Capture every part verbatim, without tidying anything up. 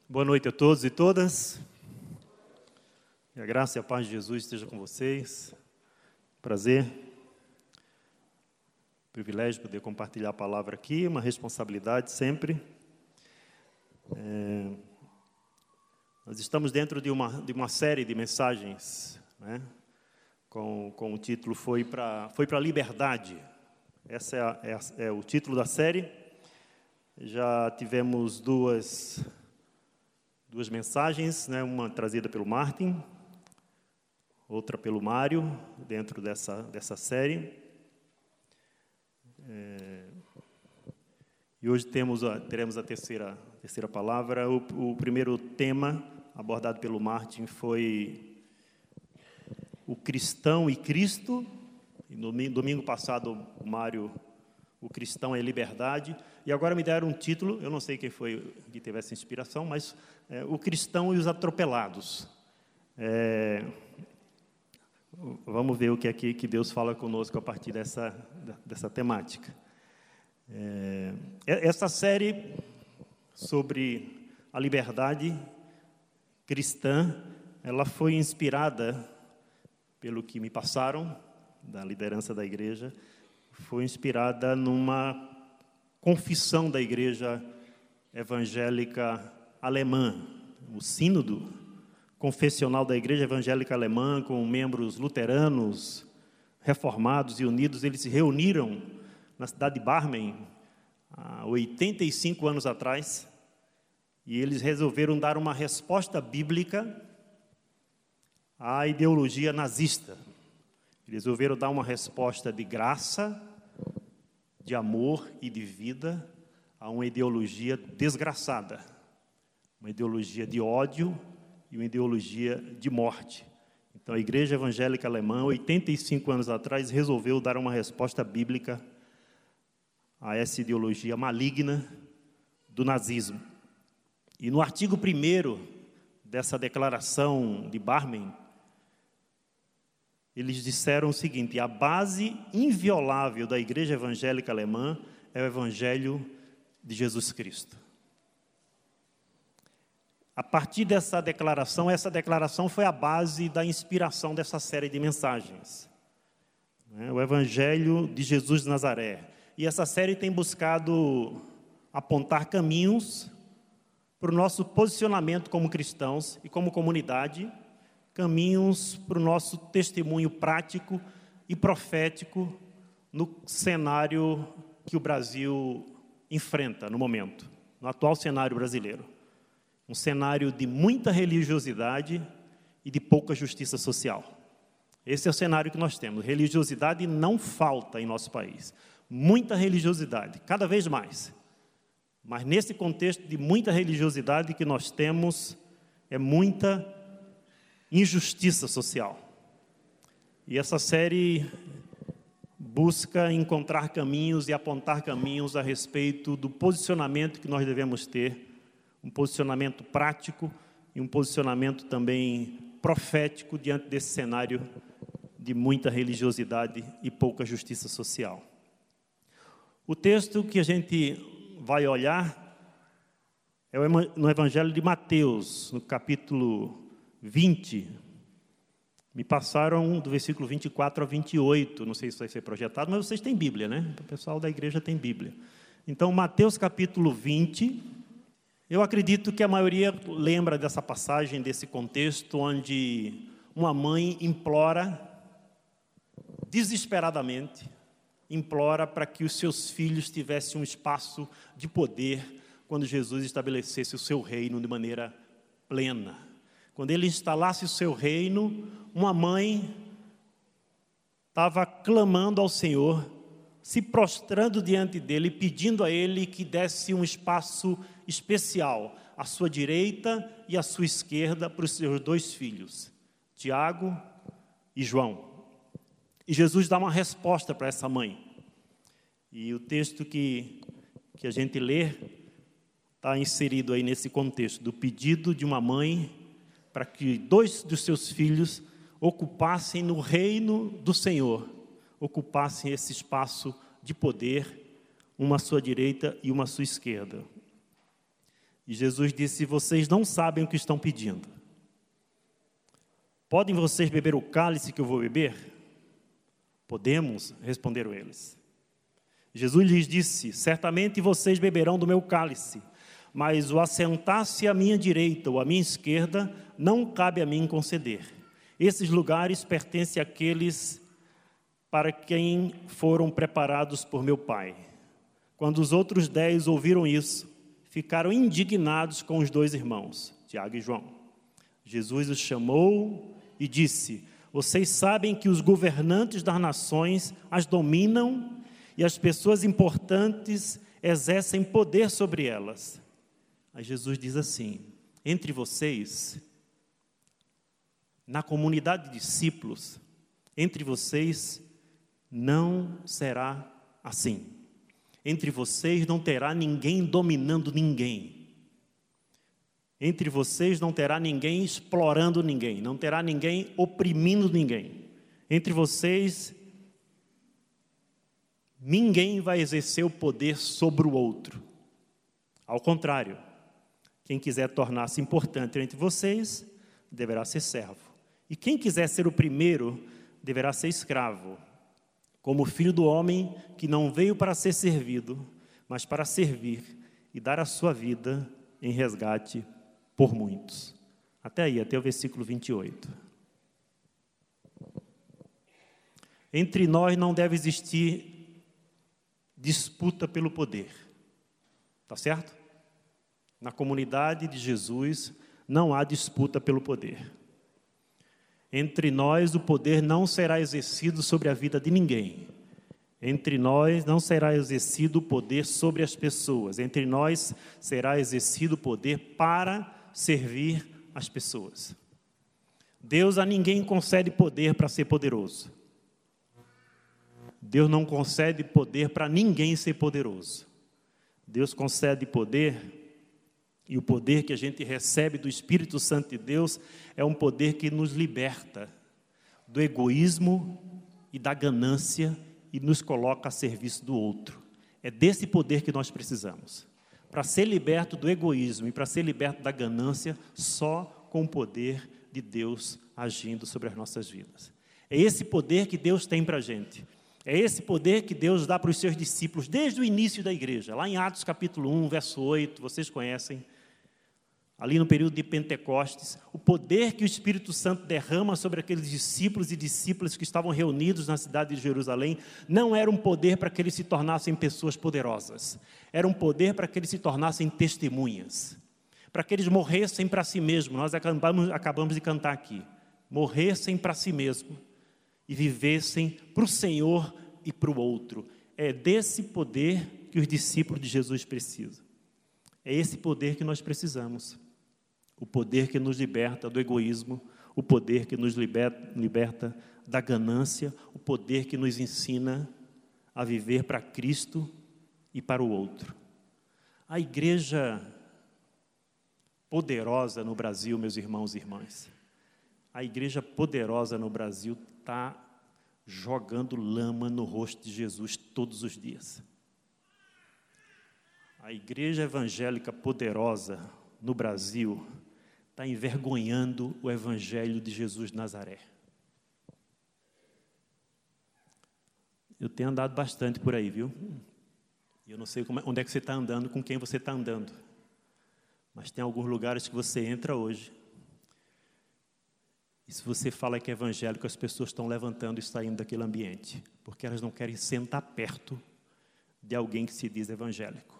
Boa noite a todos e todas. Que a graça e a paz de Jesus esteja com vocês. Prazer, privilégio poder compartilhar a palavra aqui, uma responsabilidade sempre. É, nós estamos dentro de uma, de uma série de mensagens, né, com, com o título Foi para foi para a Liberdade. Esse é, a, é, é o título da série. Já tivemos duas... Duas mensagens, né? Uma trazida pelo Martin, outra pelo Mário, dentro dessa, dessa série. É, e hoje temos a, teremos a terceira, terceira palavra. O, o primeiro tema abordado pelo Martin foi o cristão e Cristo. E no domingo passado, o Mário, o cristão é liberdade. E agora me deram um título, eu não sei quem foi que teve essa inspiração, mas é, o cristão e os atropelados. É, vamos ver o que é que, que Deus fala conosco a partir dessa, dessa temática. É, essa série sobre a liberdade cristã, ela foi inspirada, pelo que me passaram, da liderança da igreja, foi inspirada numa confissão da igreja evangélica alemã, o sínodo confessional da igreja evangélica alemã, com membros luteranos, reformados e unidos. Eles se reuniram na cidade de Barmen, há oitenta e cinco anos atrás, e eles resolveram dar uma resposta bíblica à ideologia nazista. Eles resolveram dar uma resposta de graça, de amor e de vida a uma ideologia desgraçada, uma ideologia de ódio e uma ideologia de morte. Então, a Igreja Evangélica Alemã, oitenta e cinco anos atrás, resolveu dar uma resposta bíblica a essa ideologia maligna do nazismo. E no artigo primeiro dessa declaração de Barmen, eles disseram o seguinte: a base inviolável da Igreja Evangélica Alemã é o Evangelho de Jesus Cristo. A partir dessa declaração, essa declaração foi a base da inspiração dessa série de mensagens. O Evangelho de Jesus de Nazaré. E essa série tem buscado apontar caminhos para o nosso posicionamento como cristãos e como comunidade, caminhos para o nosso testemunho prático e profético no cenário que o Brasil enfrenta no momento, no atual cenário brasileiro. Um cenário de muita religiosidade e de pouca justiça social. Esse é o cenário que nós temos. Religiosidade não falta em nosso país. Muita religiosidade, cada vez mais. Mas nesse contexto de muita religiosidade que nós temos, é muita injustiça social. E essa série busca encontrar caminhos e apontar caminhos a respeito do posicionamento que nós devemos ter, um posicionamento prático e um posicionamento também profético diante desse cenário de muita religiosidade e pouca justiça social. O texto que a gente vai olhar é no Evangelho de Mateus, no capítulo vinte, me passaram do versículo vinte e quatro a vinte e oito, não sei se vai ser projetado, mas vocês têm Bíblia, né? O pessoal da igreja tem Bíblia. Então, Mateus capítulo vinte, eu acredito que a maioria lembra dessa passagem, desse contexto, onde uma mãe implora, desesperadamente, implora para que os seus filhos tivessem um espaço de poder quando Jesus estabelecesse o seu reino de maneira plena. Quando ele instalasse o seu reino, uma mãe estava clamando ao Senhor, se prostrando diante dele, pedindo a ele que desse um espaço especial, à sua direita e à sua esquerda, para os seus dois filhos, Tiago e João. E Jesus dá uma resposta para essa mãe. E o texto que, que a gente lê está inserido aí nesse contexto, do pedido de uma mãe para que dois dos seus filhos ocupassem no reino do Senhor, ocupassem esse espaço de poder, uma à sua direita e uma à sua esquerda. E Jesus disse: vocês não sabem o que estão pedindo. Podem vocês beber o cálice que eu vou beber? Podemos, responderam eles. Jesus lhes disse: certamente vocês beberão do meu cálice, mas o assentar-se à minha direita ou à minha esquerda não cabe a mim conceder. Esses lugares pertencem àqueles para quem foram preparados por meu Pai. Quando os outros dez ouviram isso, ficaram indignados com os dois irmãos, Tiago e João. Jesus os chamou e disse: vocês sabem que os governantes das nações as dominam e as pessoas importantes exercem poder sobre elas. Aí Jesus diz assim: entre vocês, na comunidade de discípulos, entre vocês não será assim. Entre vocês não terá ninguém dominando ninguém. Entre vocês não terá ninguém explorando ninguém. Não terá ninguém oprimindo ninguém. Entre vocês, ninguém vai exercer o poder sobre o outro. Ao contrário, quem quiser tornar-se importante entre vocês, deverá ser servo. E quem quiser ser o primeiro, deverá ser escravo, como o Filho do Homem, que não veio para ser servido, mas para servir e dar a sua vida em resgate por muitos. Até aí, até o versículo vinte e oito. Entre nós não deve existir disputa pelo poder. Tá certo? Na comunidade de Jesus não há disputa pelo poder. Entre nós o poder não será exercido sobre a vida de ninguém. Entre nós não será exercido o poder sobre as pessoas. Entre nós será exercido o poder para servir as pessoas. Deus a ninguém concede poder para ser poderoso. Deus não concede poder para ninguém ser poderoso. Deus concede poder, e o poder que a gente recebe do Espírito Santo de Deus é um poder que nos liberta do egoísmo e da ganância e nos coloca a serviço do outro. É desse poder que nós precisamos. Para ser liberto do egoísmo e para ser liberto da ganância, só com o poder de Deus agindo sobre as nossas vidas. É esse poder que Deus tem para a gente. É esse poder que Deus dá para os seus discípulos desde o início da igreja. Lá em Atos capítulo um, verso oito, vocês conhecem. Ali no período de Pentecostes, o poder que o Espírito Santo derrama sobre aqueles discípulos e discípulas que estavam reunidos na cidade de Jerusalém, não era um poder para que eles se tornassem pessoas poderosas. Era um poder para que eles se tornassem testemunhas. Para que eles morressem para si mesmos. Nós acabamos, acabamos de cantar aqui. Morressem para si mesmos e vivessem para o Senhor e para o outro. É desse poder que os discípulos de Jesus precisam. É esse poder que nós precisamos. O poder que nos liberta do egoísmo, o poder que nos liberta, liberta da ganância, o poder que nos ensina a viver para Cristo e para o outro. A igreja poderosa no Brasil, meus irmãos e irmãs, a igreja poderosa no Brasil está jogando lama no rosto de Jesus todos os dias. A igreja evangélica poderosa no Brasil está envergonhando o evangelho de Jesus de Nazaré. Eu tenho andado bastante por aí, viu? Eu não sei como, onde é que você está andando, com quem você está andando. Mas tem alguns lugares que você entra hoje. E se você fala que é evangélico, as pessoas estão levantando e saindo daquele ambiente. Porque elas não querem sentar perto de alguém que se diz evangélico.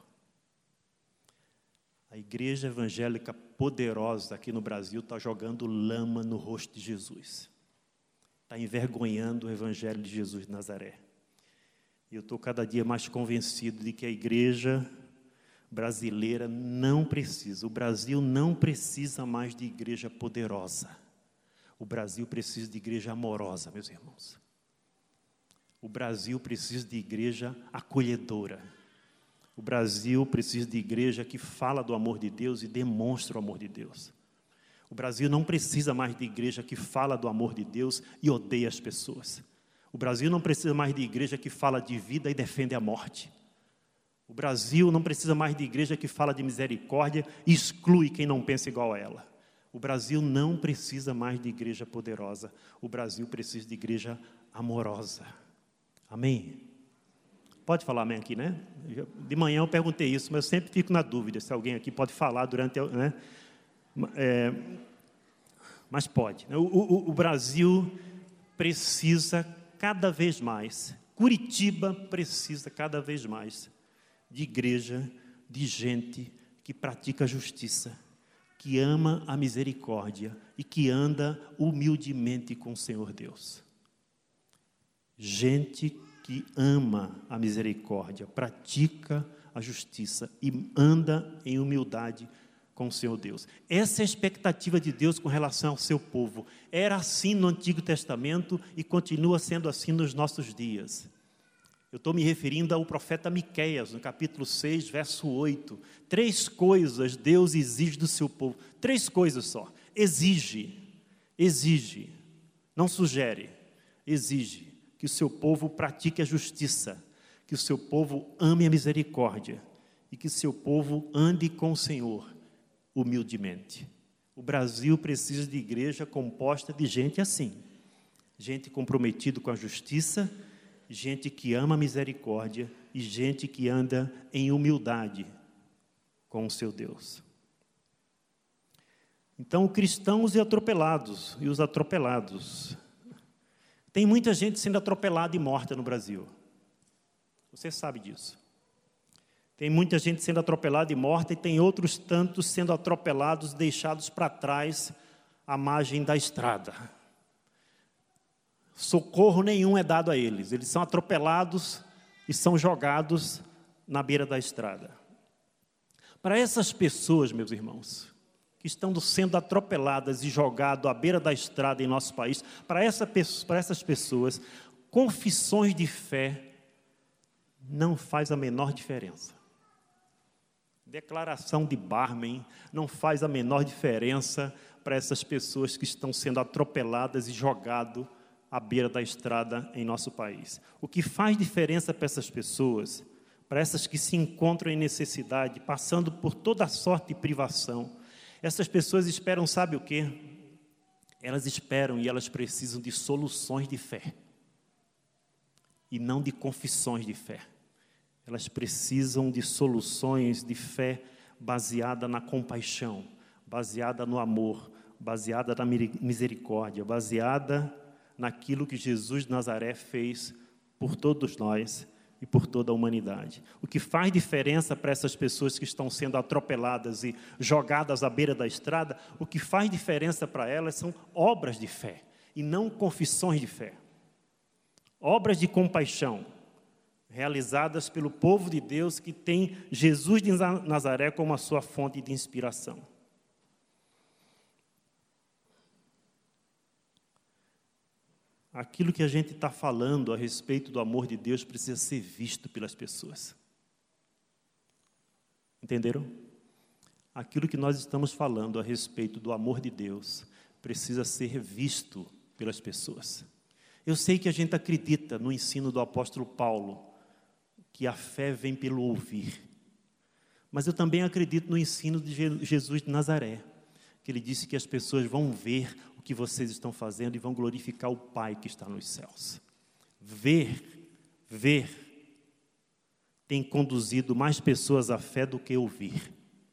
A igreja evangélica poderosa aqui no Brasil está jogando lama no rosto de Jesus. Está envergonhando o evangelho de Jesus de Nazaré. E eu estou cada dia mais convencido de que a igreja brasileira não precisa, o Brasil não precisa mais de igreja poderosa. O Brasil precisa de igreja amorosa, meus irmãos. O Brasil precisa de igreja acolhedora. O Brasil precisa de igreja que fala do amor de Deus e demonstra o amor de Deus. O Brasil não precisa mais de igreja que fala do amor de Deus e odeia as pessoas. O Brasil não precisa mais de igreja que fala de vida e defende a morte. O Brasil não precisa mais de igreja que fala de misericórdia e exclui quem não pensa igual a ela. O Brasil não precisa mais de igreja poderosa. O Brasil precisa de igreja amorosa. Amém? Pode falar amém aqui, né? De manhã eu perguntei isso, mas eu sempre fico na dúvida se alguém aqui pode falar durante... Né? É, mas pode. O, o, o Brasil precisa cada vez mais, Curitiba precisa cada vez mais de igreja, de gente que pratica a justiça, que ama a misericórdia e que anda humildemente com o Senhor Deus. Gente que ama a misericórdia, pratica a justiça e anda em humildade com o Senhor Deus. Essa é a expectativa de Deus com relação ao seu povo. Era assim no Antigo Testamento e continua sendo assim nos nossos dias. Eu estou me referindo ao profeta Miqueias, no capítulo seis, verso oito. Três coisas Deus exige do seu povo. Três coisas só. Exige, exige, não sugere, exige que o seu povo pratique a justiça, que o seu povo ame a misericórdia e que o seu povo ande com o Senhor humildemente. O Brasil precisa de igreja composta de gente assim, gente comprometida com a justiça, gente que ama a misericórdia e gente que anda em humildade com o seu Deus. Então, cristãos e atropelados, e os atropelados. Tem muita gente sendo atropelada e morta no Brasil. Você sabe disso. Tem muita gente sendo atropelada e morta, e tem outros tantos sendo atropelados, deixados para trás, à margem da estrada. Socorro nenhum é dado a eles. Eles são atropelados e são jogados na beira da estrada. Para essas pessoas, meus irmãos, que estão sendo atropeladas e jogadas à beira da estrada em nosso país, para, essa, para essas pessoas, confissões de fé não faz a menor diferença. Declaração de barman não faz a menor diferença para essas pessoas que estão sendo atropeladas e jogadas à beira da estrada em nosso país. O que faz diferença para essas pessoas, para essas que se encontram em necessidade, passando por toda sorte de privação, essas pessoas esperam, sabe o quê? Elas esperam e elas precisam de soluções de fé, e não de confissões de fé. Elas precisam de soluções de fé baseada na compaixão, baseada no amor, baseada na misericórdia, baseada naquilo que Jesus de Nazaré fez por todos nós e por toda a humanidade. O que faz diferença para essas pessoas que estão sendo atropeladas e jogadas à beira da estrada, o que faz diferença para elas são obras de fé e não confissões de fé. Obras de compaixão, realizadas pelo povo de Deus que tem Jesus de Nazaré como a sua fonte de inspiração. Aquilo que a gente está falando a respeito do amor de Deus precisa ser visto pelas pessoas. Entenderam? Aquilo que nós estamos falando a respeito do amor de Deus precisa ser visto pelas pessoas. Eu sei que a gente acredita no ensino do apóstolo Paulo, que a fé vem pelo ouvir. Mas eu também acredito no ensino de Jesus de Nazaré, que ele disse que as pessoas vão ver o que vocês estão fazendo e vão glorificar o Pai que está nos céus. Ver, ver, tem conduzido mais pessoas à fé do que ouvir.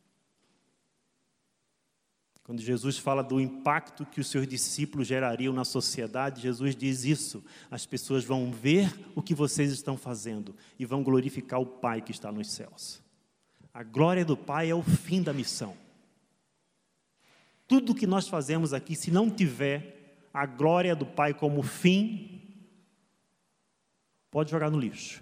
Quando Jesus fala do impacto que os seus discípulos gerariam na sociedade, Jesus diz isso: as pessoas vão ver o que vocês estão fazendo e vão glorificar o Pai que está nos céus. A glória do Pai é o fim da missão. Tudo que nós fazemos aqui, se não tiver a glória do Pai como fim, pode jogar no lixo.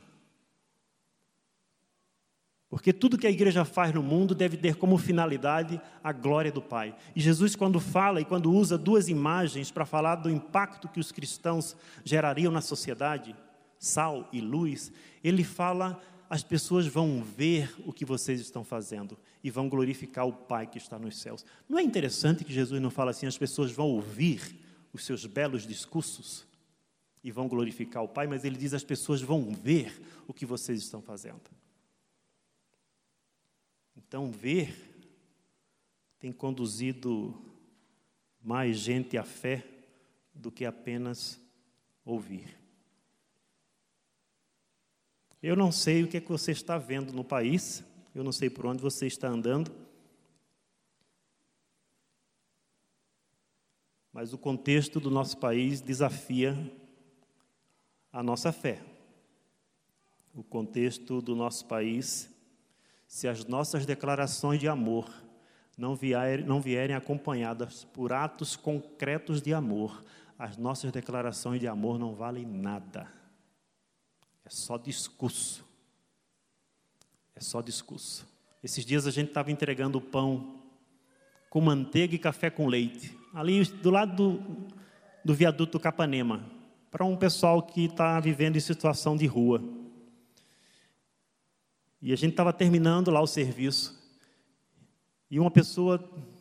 Porque tudo que a igreja faz no mundo deve ter como finalidade a glória do Pai. E Jesus, quando fala e quando usa duas imagens para falar do impacto que os cristãos gerariam na sociedade, sal e luz, ele fala: as pessoas vão ver o que vocês estão fazendo e vão glorificar o Pai que está nos céus. Não é interessante que Jesus não fala assim: as pessoas vão ouvir os seus belos discursos e vão glorificar o Pai, mas ele diz: as pessoas vão ver o que vocês estão fazendo. Então, ver tem conduzido mais gente à fé do que apenas ouvir. Eu não sei o que é que você está vendo no país, eu não sei por onde você está andando, mas o contexto do nosso país desafia a nossa fé. O contexto do nosso país, se as nossas declarações de amor não vierem, não vierem acompanhadas por atos concretos de amor, as nossas declarações de amor não valem nada. É só discurso. É só discurso. Esses dias a gente estava entregando pão com manteiga e café com leite, ali do lado do, do viaduto Capanema, para um pessoal que está vivendo em situação de rua. E a gente estava terminando lá o serviço, e uma pessoa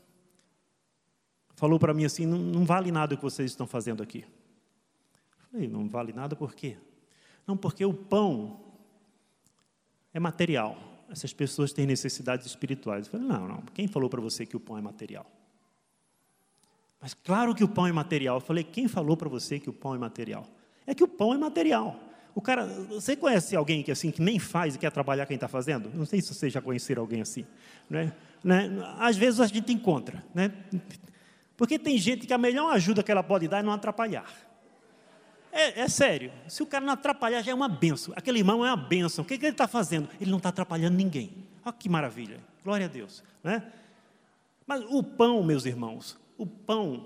falou para mim assim, não, não vale nada o que vocês estão fazendo aqui. Eu falei, não vale nada por quê? Não, porque o pão é material. Essas pessoas têm necessidades espirituais. Eu falei, não, não. Quem falou para você que o pão é material? Mas claro que o pão é material. Eu falei, quem falou para você que o pão é material? É que o pão é material. O cara, você conhece alguém que, assim, que nem faz e quer trabalhar quem está fazendo? Não sei se vocês já conheceram alguém assim. Né? Né? Às vezes a gente encontra. Né? Porque tem gente que a melhor ajuda que ela pode dar é não atrapalhar. É, é sério, se o cara não atrapalhar já é uma bênção, aquele irmão é uma bênção, o que, que ele está fazendo? Ele não está atrapalhando ninguém, olha que maravilha, glória a Deus, né? Mas o pão, meus irmãos, o pão,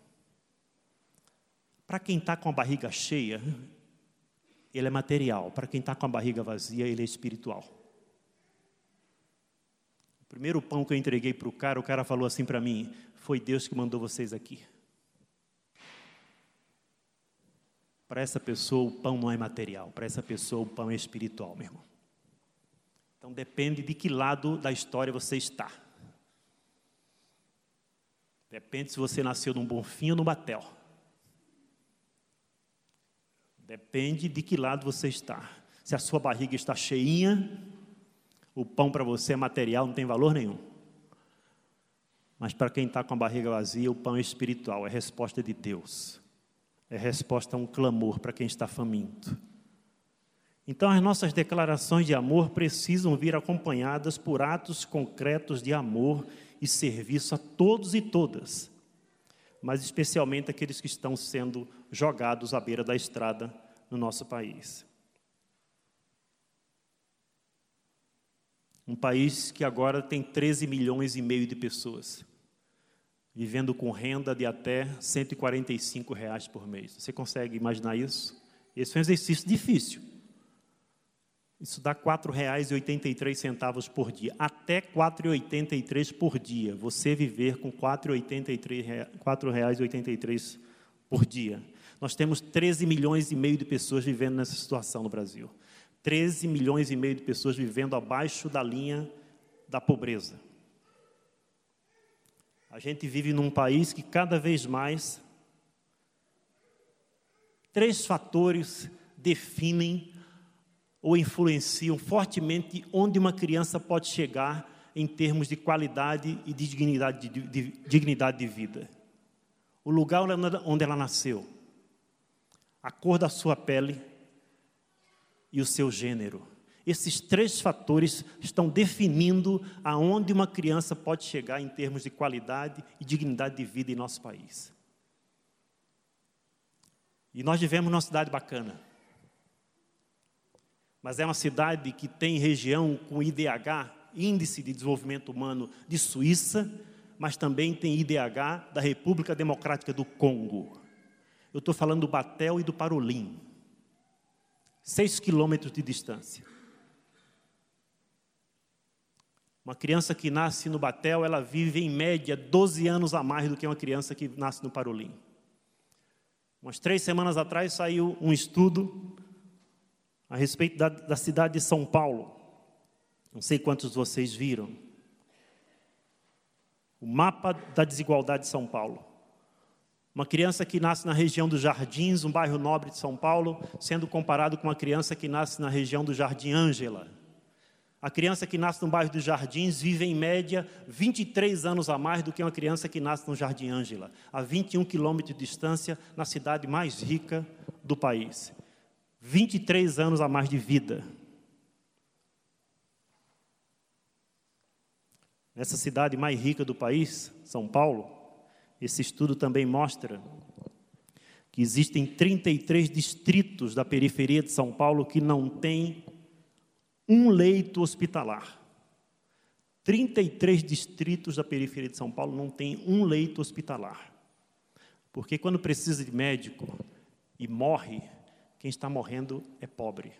para quem está com a barriga cheia, ele é material, para quem está com a barriga vazia, ele é espiritual. O primeiro pão que eu entreguei para o cara, o cara falou assim para mim, foi Deus que mandou vocês aqui. Para essa pessoa, o pão não é material. Para essa pessoa, o pão é espiritual, meu irmão. Então, depende de que lado da história você está. Depende se você nasceu num Bonfim ou no Batel. Depende de que lado você está. Se a sua barriga está cheinha, o pão para você é material, não tem valor nenhum. Mas para quem está com a barriga vazia, o pão é espiritual, é resposta de Deus. É resposta a um clamor para quem está faminto. Então, as nossas declarações de amor precisam vir acompanhadas por atos concretos de amor e serviço a todos e todas, mas especialmente aqueles que estão sendo jogados à beira da estrada no nosso país. Um país que agora tem treze milhões e meio de pessoas, vivendo com renda de até cento e quarenta e cinco reais por mês. Você consegue imaginar isso? Esse é um exercício difícil. Isso dá quatro reais e oitenta e três centavos por dia. Até quatro reais e oitenta e três centavos por dia. Você viver com quatro reais e oitenta e três centavos por dia. Nós temos treze milhões e meio de pessoas vivendo nessa situação no Brasil. treze milhões e meio de pessoas vivendo abaixo da linha da pobreza. A gente vive num país que cada vez mais três fatores definem ou influenciam fortemente onde uma criança pode chegar em termos de qualidade e de dignidade de, de, dignidade de vida. O lugar onde ela nasceu, a cor da sua pele e o seu gênero. Esses três fatores estão definindo aonde uma criança pode chegar em termos de qualidade e dignidade de vida em nosso país. E nós vivemos numa cidade bacana. Mas é uma cidade que tem região com I D H, Índice de Desenvolvimento Humano de Suíça, mas também tem I D H da República Democrática do Congo. Eu estou falando do Batel e do Parolim. Seis quilômetros de distância. Uma criança que nasce no Batel, ela vive em média doze anos a mais do que uma criança que nasce no Parolim. Umas três semanas atrás saiu um estudo a respeito da, da cidade de São Paulo. Não sei quantos de vocês viram. O mapa da desigualdade de São Paulo. Uma criança que nasce na região dos Jardins, um bairro nobre de São Paulo, sendo comparado com uma criança que nasce na região do Jardim Ângela. A criança que nasce no bairro dos Jardins vive, em média, vinte e três anos a mais do que uma criança que nasce no Jardim Ângela, a vinte e um quilômetros de distância, na cidade mais rica do país. vinte e três anos a mais de vida. Nessa cidade mais rica do país, São Paulo, esse estudo também mostra que existem trinta e três distritos da periferia de São Paulo que não têm um leito hospitalar. trinta e três distritos da periferia de São Paulo não têm um leito hospitalar. Porque quando precisa de médico e morre, quem está morrendo é pobre.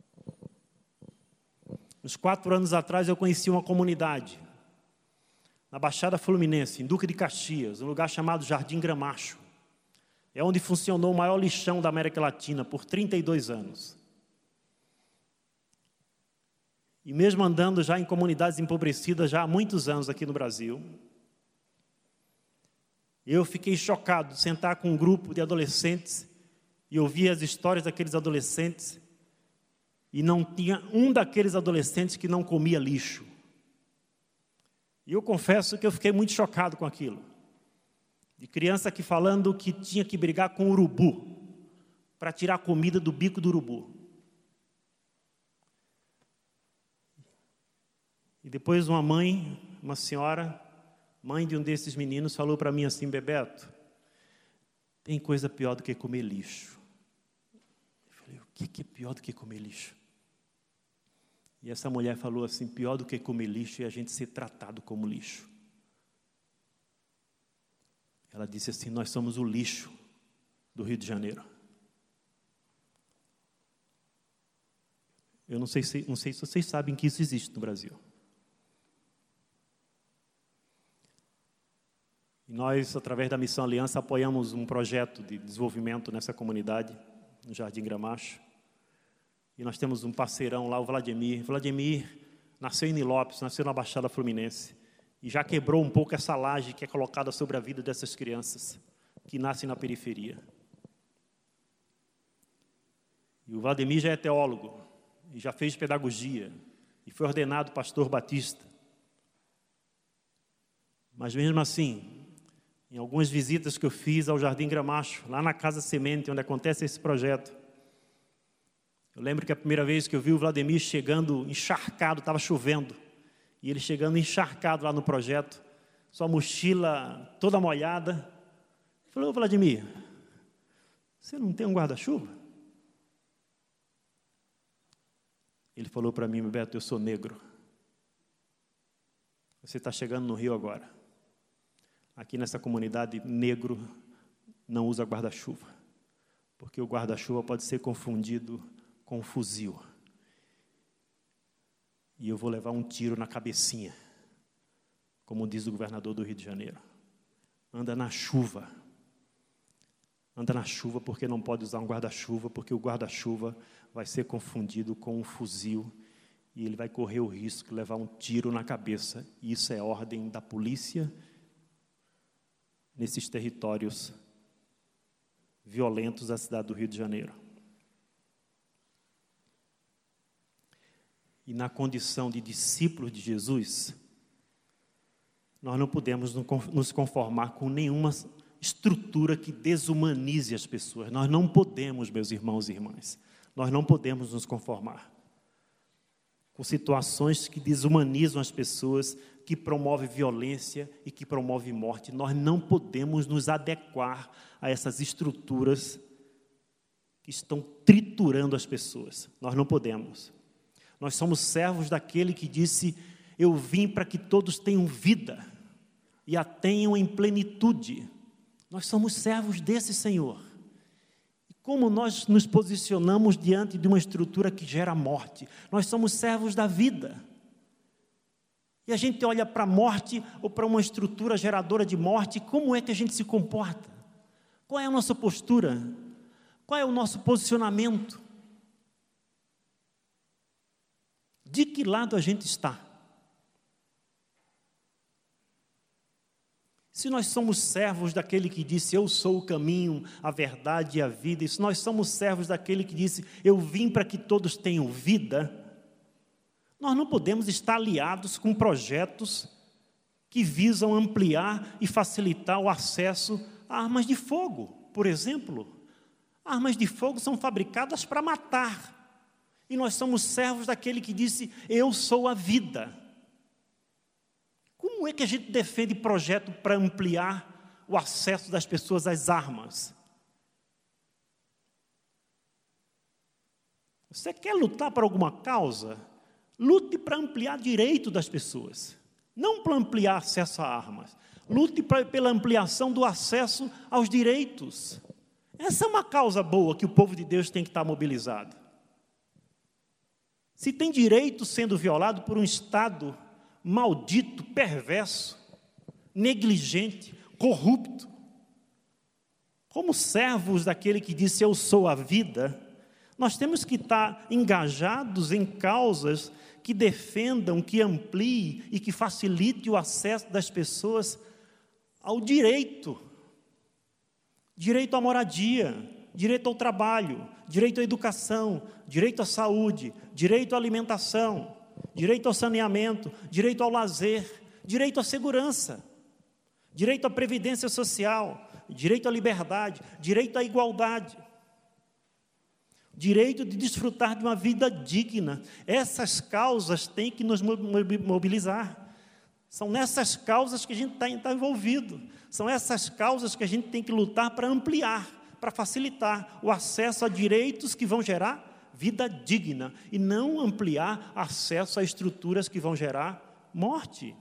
Uns quatro anos atrás eu conheci uma comunidade, na Baixada Fluminense, em Duque de Caxias, um lugar chamado Jardim Gramacho. É onde funcionou o maior lixão da América Latina por trinta e dois anos. E mesmo andando já em comunidades empobrecidas já há muitos anos aqui no Brasil, eu fiquei chocado de sentar com um grupo de adolescentes e ouvir as histórias daqueles adolescentes, e não tinha um daqueles adolescentes que não comia lixo. E eu confesso que eu fiquei muito chocado com aquilo. De criança aqui falando que tinha que brigar com o urubu para tirar a comida do bico do urubu. E depois uma mãe, uma senhora, mãe de um desses meninos, falou para mim assim: Bebeto, tem coisa pior do que comer lixo. Eu falei: o que é pior do que comer lixo? E essa mulher falou assim: pior do que comer lixo é a gente ser tratado como lixo. Ela disse assim: nós somos o lixo do Rio de Janeiro. Eu não sei se, não sei se vocês sabem que isso existe no Brasil. E nós, através da Missão Aliança, apoiamos um projeto de desenvolvimento nessa comunidade, no Jardim Gramacho. E nós temos um parceirão lá, o Vladimir. Vladimir nasceu em Nilópolis, nasceu na Baixada Fluminense. E já quebrou um pouco essa laje que é colocada sobre a vida dessas crianças, que nascem na periferia. E o Vladimir já é teólogo, e já fez pedagogia, e foi ordenado pastor batista. Mas mesmo assim, em algumas visitas que eu fiz ao Jardim Gramacho, lá na Casa Semente, onde acontece esse projeto, eu lembro que a primeira vez que eu vi o Vladimir chegando encharcado, estava chovendo, e ele chegando encharcado lá no projeto, sua mochila toda molhada. Eu falei: ô Vladimir, você não tem um guarda-chuva? Ele falou para mim: Bebeto, eu sou negro. Você está chegando no Rio agora. Aqui nessa comunidade, negro não usa guarda-chuva, porque o guarda-chuva pode ser confundido com um fuzil. E eu vou levar um tiro na cabecinha, como diz o governador do Rio de Janeiro. Anda na chuva. Anda na chuva porque não pode usar um guarda-chuva, porque o guarda-chuva vai ser confundido com um fuzil e ele vai correr o risco de levar um tiro na cabeça. E isso é ordem da polícia nesses territórios violentos da cidade do Rio de Janeiro. E na condição de discípulos de Jesus, nós não podemos nos conformar com nenhuma estrutura que desumanize as pessoas. Nós não podemos, meus irmãos e irmãs, nós não podemos nos conformar com situações que desumanizam as pessoas, que promovem violência e que promovem morte. Nós não podemos nos adequar a essas estruturas que estão triturando as pessoas. Nós não podemos. Nós somos servos daquele que disse: eu vim para que todos tenham vida e a tenham em plenitude. Nós somos servos desse Senhor. E como nós nos posicionamos diante de uma estrutura que gera morte? Nós somos servos da vida. E a gente olha para a morte ou para uma estrutura geradora de morte, como é que a gente se comporta? Qual é a nossa postura? Qual é o nosso posicionamento? De que lado a gente está? Se nós somos servos daquele que disse: eu sou o caminho, a verdade e a vida, e se nós somos servos daquele que disse: eu vim para que todos tenham vida, Nós não podemos estar aliados com projetos que visam ampliar e facilitar o acesso a armas de fogo, por exemplo. Armas de fogo são fabricadas para matar. E nós somos servos daquele que disse, eu sou a vida. Como é que a gente defende projeto para ampliar o acesso das pessoas às armas? Você quer lutar por alguma causa? Lute para ampliar direito das pessoas. Não para ampliar acesso a armas. Lute pra, pela ampliação do acesso aos direitos. Essa é uma causa boa que o povo de Deus tem que estar mobilizado. Se tem direito sendo violado por um Estado maldito, perverso, negligente, corrupto, como servos daquele que disse, eu sou a vida, nós temos que estar engajados em causas que defendam, que ampliem e que facilite o acesso das pessoas ao direito. Direito à moradia, direito ao trabalho, direito à educação, direito à saúde, direito à alimentação, direito ao saneamento, direito ao lazer, direito à segurança, direito à previdência social, direito à liberdade, direito à igualdade, direito de desfrutar de uma vida digna. Essas causas têm que nos mobilizar. São nessas causas que a gente está tá envolvido. São essas causas que a gente tem que lutar para ampliar, para facilitar o acesso a direitos que vão gerar vida digna e não ampliar acesso a estruturas que vão gerar morte.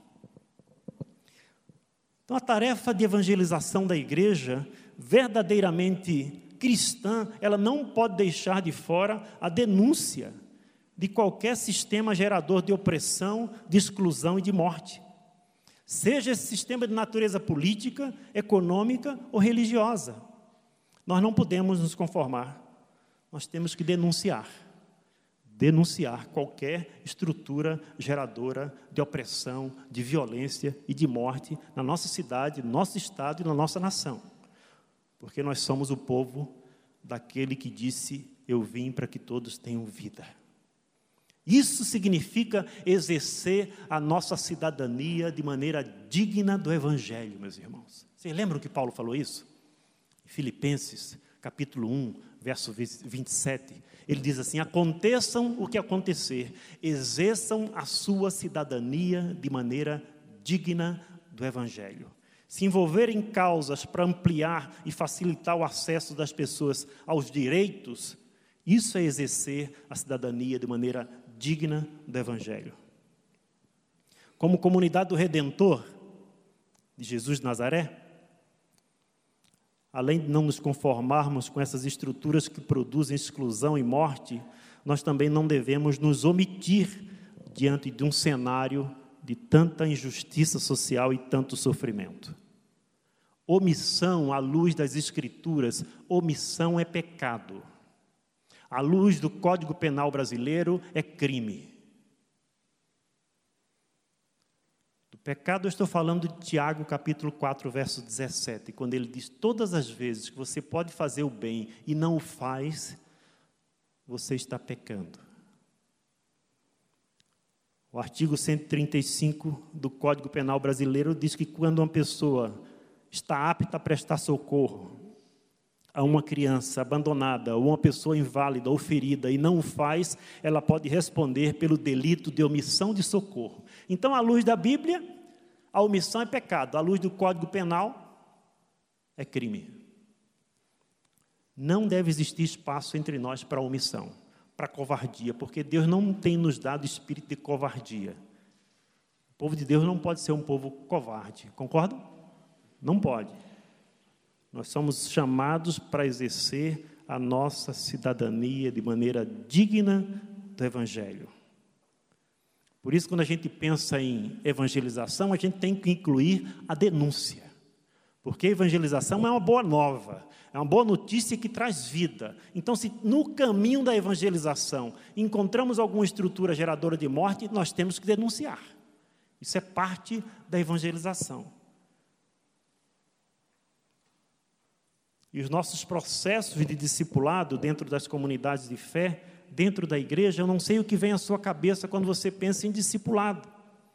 Então, a tarefa de evangelização da igreja, verdadeiramente cristã, ela não pode deixar de fora a denúncia de qualquer sistema gerador de opressão, de exclusão e de morte. Seja esse sistema de natureza política, econômica ou religiosa. Nós não podemos nos conformar. Nós temos que denunciar. Denunciar qualquer estrutura geradora de opressão, de violência e de morte na nossa cidade, no nosso estado e na nossa nação. Porque nós somos o povo daquele que disse, eu vim para que todos tenham vida. Isso significa exercer a nossa cidadania de maneira digna do Evangelho, meus irmãos. Vocês lembram que Paulo falou isso? Em Filipenses, capítulo um, verso vinte e sete, ele diz assim, aconteçam o que acontecer, exerçam a sua cidadania de maneira digna do Evangelho. Se envolver em causas para ampliar e facilitar o acesso das pessoas aos direitos, isso é exercer a cidadania de maneira digna do Evangelho. Como comunidade do Redentor, de Jesus de Nazaré, além de não nos conformarmos com essas estruturas que produzem exclusão e morte, nós também não devemos nos omitir diante de um cenário de tanta injustiça social e tanto sofrimento. Omissão à luz das Escrituras, omissão é pecado. À luz do Código Penal brasileiro, é crime. Do pecado eu estou falando de Tiago, capítulo quatro, verso dezessete, quando ele diz, todas as vezes que você pode fazer o bem e não o faz, você está pecando. O artigo cento e trinta e cinco do Código Penal brasileiro diz que quando uma pessoa está apta a prestar socorro a uma criança abandonada, ou uma pessoa inválida ou ferida, e não o faz, ela pode responder pelo delito de omissão de socorro. Então, à luz da Bíblia, a omissão é pecado. À luz do Código Penal, é crime. Não deve existir espaço entre nós para omissão, para covardia, porque Deus não tem nos dado espírito de covardia. O povo de Deus não pode ser um povo covarde, concordam? Não pode. Nós somos chamados para exercer a nossa cidadania de maneira digna do Evangelho. Por isso, quando a gente pensa em evangelização, a gente tem que incluir a denúncia. Porque a evangelização é uma boa nova, é uma boa notícia que traz vida. Então, se no caminho da evangelização encontramos alguma estrutura geradora de morte, nós temos que denunciar. Isso é parte da evangelização. E os nossos processos de discipulado dentro das comunidades de fé dentro da igreja, eu não sei o que vem à sua cabeça quando você pensa em discipulado.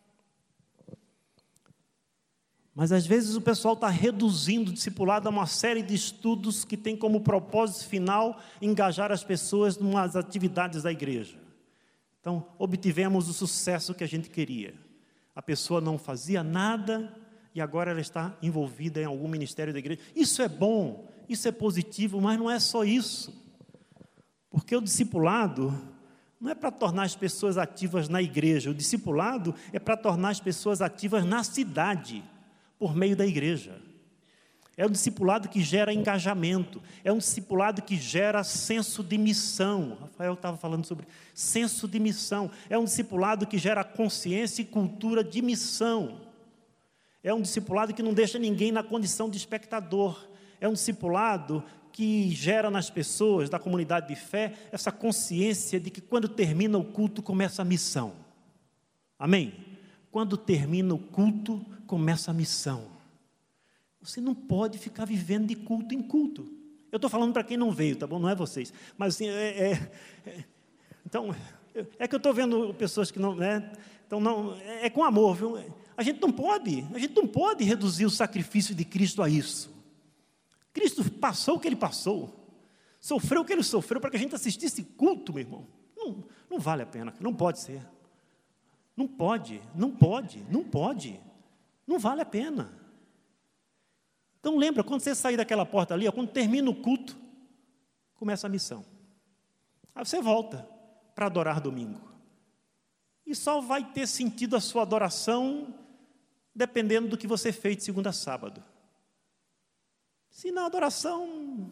Mas às vezes o pessoal está reduzindo o discipulado a uma série de estudos que tem como propósito final engajar as pessoas nas atividades da igreja. Então, obtivemos o sucesso que a gente queria. A pessoa não fazia nada e agora ela está envolvida em algum ministério da igreja. Isso é bom, isso é positivo, mas não é só isso. Porque o discipulado não é para tornar as pessoas ativas na igreja. O discipulado é para tornar as pessoas ativas na cidade, por meio da igreja. É um discipulado que gera engajamento, é um discipulado que gera senso de missão. Rafael estava falando sobre senso de missão. É um discipulado que gera consciência e cultura de missão. É um discipulado que não deixa ninguém na condição de espectador. É um discipulado que gera nas pessoas da comunidade de fé essa consciência de que quando termina o culto, começa a missão. Amém? Quando termina o culto, começa a missão. Você não pode ficar vivendo de culto em culto. Eu estou falando para quem não veio, tá bom? Não é vocês. Mas assim, é, é, é então, é que eu estou vendo pessoas que não, né? Então, não, é, é com amor, viu? A gente não pode, a gente não pode reduzir o sacrifício de Cristo a isso. Cristo passou o que Ele passou, sofreu o que Ele sofreu para que a gente assistisse culto, meu irmão. Não, não vale a pena, não pode ser. Não pode, não pode, não pode. Não vale a pena. Então lembra, quando você sair daquela porta ali, ó, quando termina o culto, começa a missão. Aí você volta para adorar domingo. E só vai ter sentido a sua adoração dependendo do que você fez de segunda a sábado. Se na adoração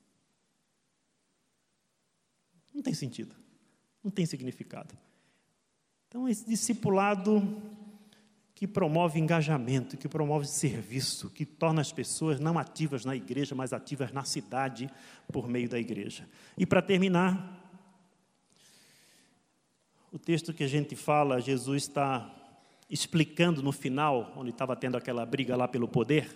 não tem sentido, não tem significado. Então esse discipulado que promove engajamento, que promove serviço, que torna as pessoas não ativas na igreja, mas ativas na cidade por meio da igreja. E para terminar, o texto que a gente fala, Jesus está explicando no final, onde estava tendo aquela briga lá pelo poder.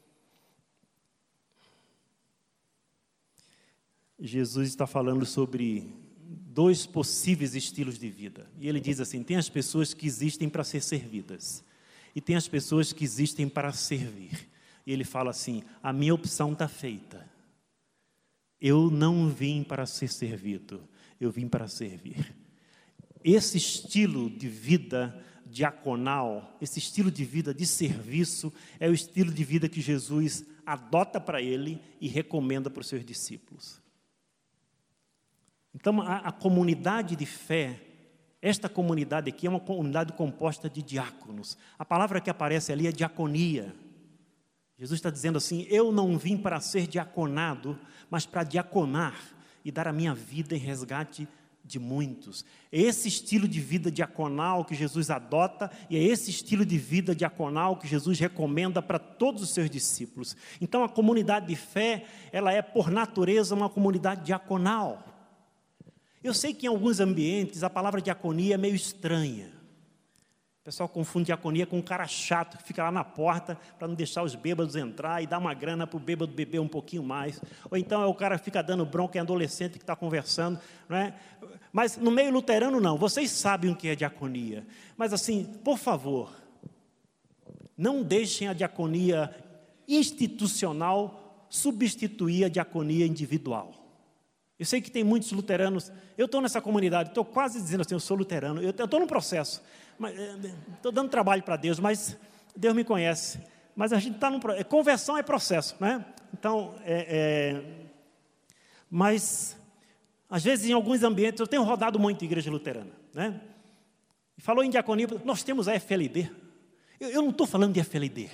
Jesus está falando sobre dois possíveis estilos de vida. E ele diz assim, tem as pessoas que existem para ser servidas. E tem as pessoas que existem para servir. E ele fala assim, a minha opção está feita. Eu não vim para ser servido, eu vim para servir. Esse estilo de vida diaconal, esse estilo de vida de serviço, é o estilo de vida que Jesus adota para ele e recomenda para os seus discípulos. Então, a, a comunidade de fé, esta comunidade aqui é uma comunidade composta de diáconos. A palavra que aparece ali é diaconia. Jesus está dizendo assim, eu não vim para ser diaconado, mas para diaconar e dar a minha vida em resgate de muitos. É esse estilo de vida diaconal que Jesus adota e é esse estilo de vida diaconal que Jesus recomenda para todos os seus discípulos. Então, a comunidade de fé, ela é, por natureza, uma comunidade diaconal. Eu sei que em alguns ambientes a palavra diaconia é meio estranha. O pessoal confunde diaconia com um cara chato que fica lá na porta para não deixar os bêbados entrar e dar uma grana para o bêbado beber um pouquinho mais. Ou então é o cara que fica dando bronca em adolescente que está conversando. Não é? Mas no meio luterano não, vocês sabem o que é diaconia. Mas assim, por favor, não deixem a diaconia institucional substituir a diaconia individual. Eu sei que tem muitos luteranos, eu estou nessa comunidade, estou quase dizendo assim, eu sou luterano, eu estou no processo, estou dando trabalho para Deus, mas Deus me conhece, mas a gente está num processo, conversão é processo, né? Então, é, é, mas, às vezes em alguns ambientes, eu tenho rodado muito em igreja luterana, né? E falou em diaconia, nós temos a F L D, eu, eu não estou falando de F L D,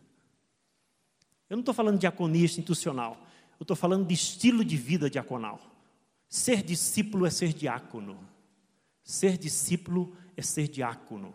eu não estou falando de diaconia institucional, eu estou falando de estilo de vida diaconal. Ser discípulo é ser diácono. Ser discípulo é ser diácono.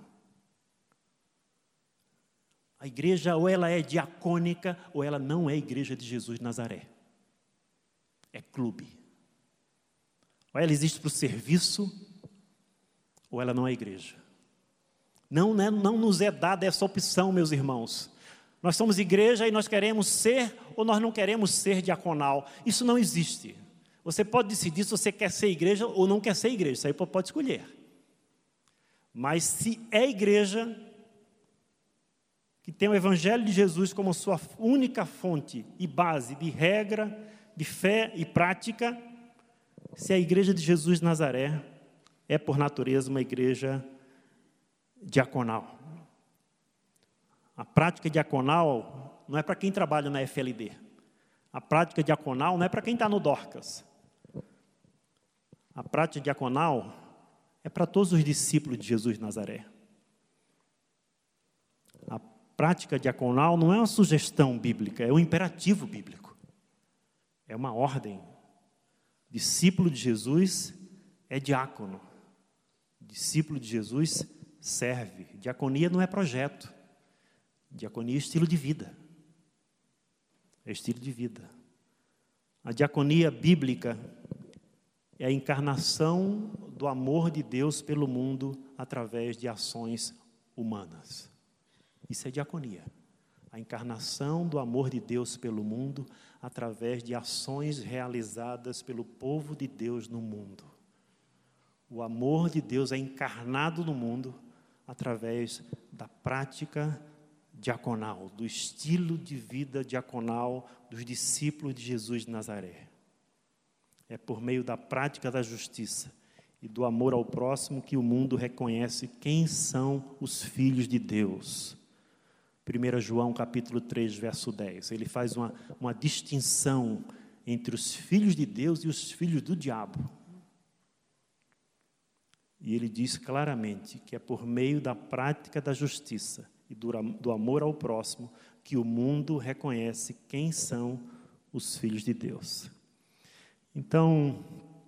A igreja ou ela é diacônica ou ela não é igreja de Jesus de Nazaré. É clube. Ou ela existe para o serviço ou ela não é igreja. Não, né, não nos é dada essa opção, meus irmãos. Nós somos igreja e nós queremos ser ou nós não queremos ser diaconal. Isso não existe. Você pode decidir se você quer ser igreja ou não quer ser igreja, isso aí pode escolher. Mas se é igreja, que tem o Evangelho de Jesus como sua única fonte e base de regra, de fé e prática, se a igreja de Jesus de Nazaré é, por natureza, uma igreja diaconal. A prática diaconal não é para quem trabalha na F L D. A prática diaconal não é para quem está no Dorcas. A prática diaconal é para todos os discípulos de Jesus de Nazaré. A prática diaconal não é uma sugestão bíblica, é um imperativo bíblico. É uma ordem. Discípulo de Jesus é diácono. Discípulo de Jesus serve. Diaconia não é projeto. Diaconia é estilo de vida. É estilo de vida. A diaconia bíblica é a encarnação do amor de Deus pelo mundo através de ações humanas. Isso é diaconia. A encarnação do amor de Deus pelo mundo através de ações realizadas pelo povo de Deus no mundo. O amor de Deus é encarnado no mundo através da prática diaconal, do estilo de vida diaconal dos discípulos de Jesus de Nazaré. É por meio da prática da justiça e do amor ao próximo que o mundo reconhece quem são os filhos de Deus. primeiro João capítulo três, verso dez. Ele faz uma, uma distinção entre os filhos de Deus e os filhos do diabo. E ele diz claramente que é por meio da prática da justiça e do, do amor ao próximo que o mundo reconhece quem são os filhos de Deus. Então,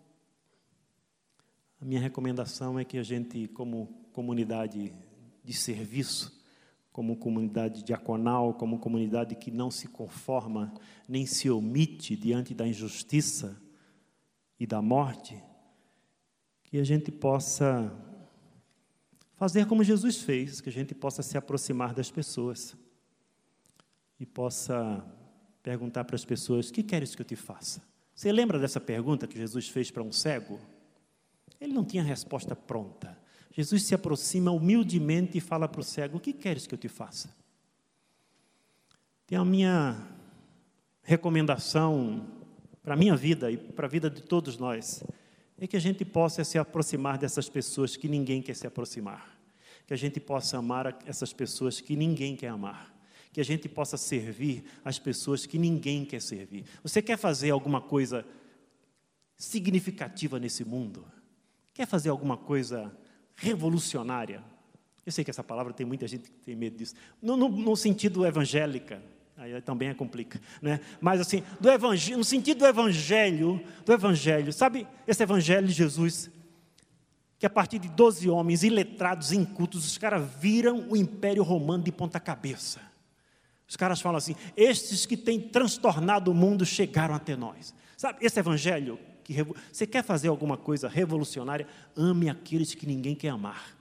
a minha recomendação é que a gente, como comunidade de serviço, como comunidade diaconal, como comunidade que não se conforma, nem se omite diante da injustiça e da morte, que a gente possa fazer como Jesus fez, que a gente possa se aproximar das pessoas e possa perguntar para as pessoas: o que queres que eu te faça? Você lembra dessa pergunta que Jesus fez para um cego? Ele não tinha resposta pronta. Jesus se aproxima humildemente e fala para o cego: o que queres que eu te faça? Tem a minha recomendação para a minha vida e para a vida de todos nós, é que a gente possa se aproximar dessas pessoas que ninguém quer se aproximar, que a gente possa amar essas pessoas que ninguém quer amar, que a gente possa servir as pessoas que ninguém quer servir. Você quer fazer alguma coisa significativa nesse mundo? Quer fazer alguma coisa revolucionária? Eu sei que essa palavra tem muita gente que tem medo disso. No, no, no sentido evangélica, aí também é complica, né? Mas assim, do evangelho, no sentido do evangelho, do evangelho, sabe esse evangelho de Jesus, que a partir de doze homens iletrados, incultos, os caras viram o Império Romano de ponta cabeça. Os caras falam assim: estes que têm transtornado o mundo chegaram até nós. Sabe, esse evangelho, que revo... você quer fazer alguma coisa revolucionária, ame aqueles que ninguém quer amar.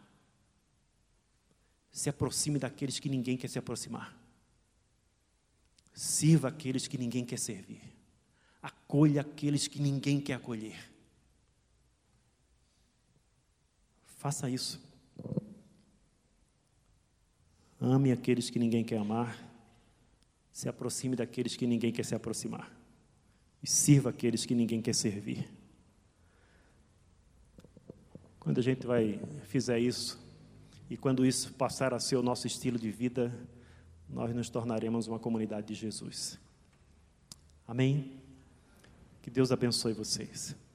Se aproxime daqueles que ninguém quer se aproximar. Sirva aqueles que ninguém quer servir. Acolha aqueles que ninguém quer acolher. Faça isso. Ame aqueles que ninguém quer amar. Se aproxime daqueles que ninguém quer se aproximar. E sirva aqueles que ninguém quer servir. Quando a gente vai fizer isso, e quando isso passar a ser o nosso estilo de vida, nós nos tornaremos uma comunidade de Jesus. Amém? Que Deus abençoe vocês.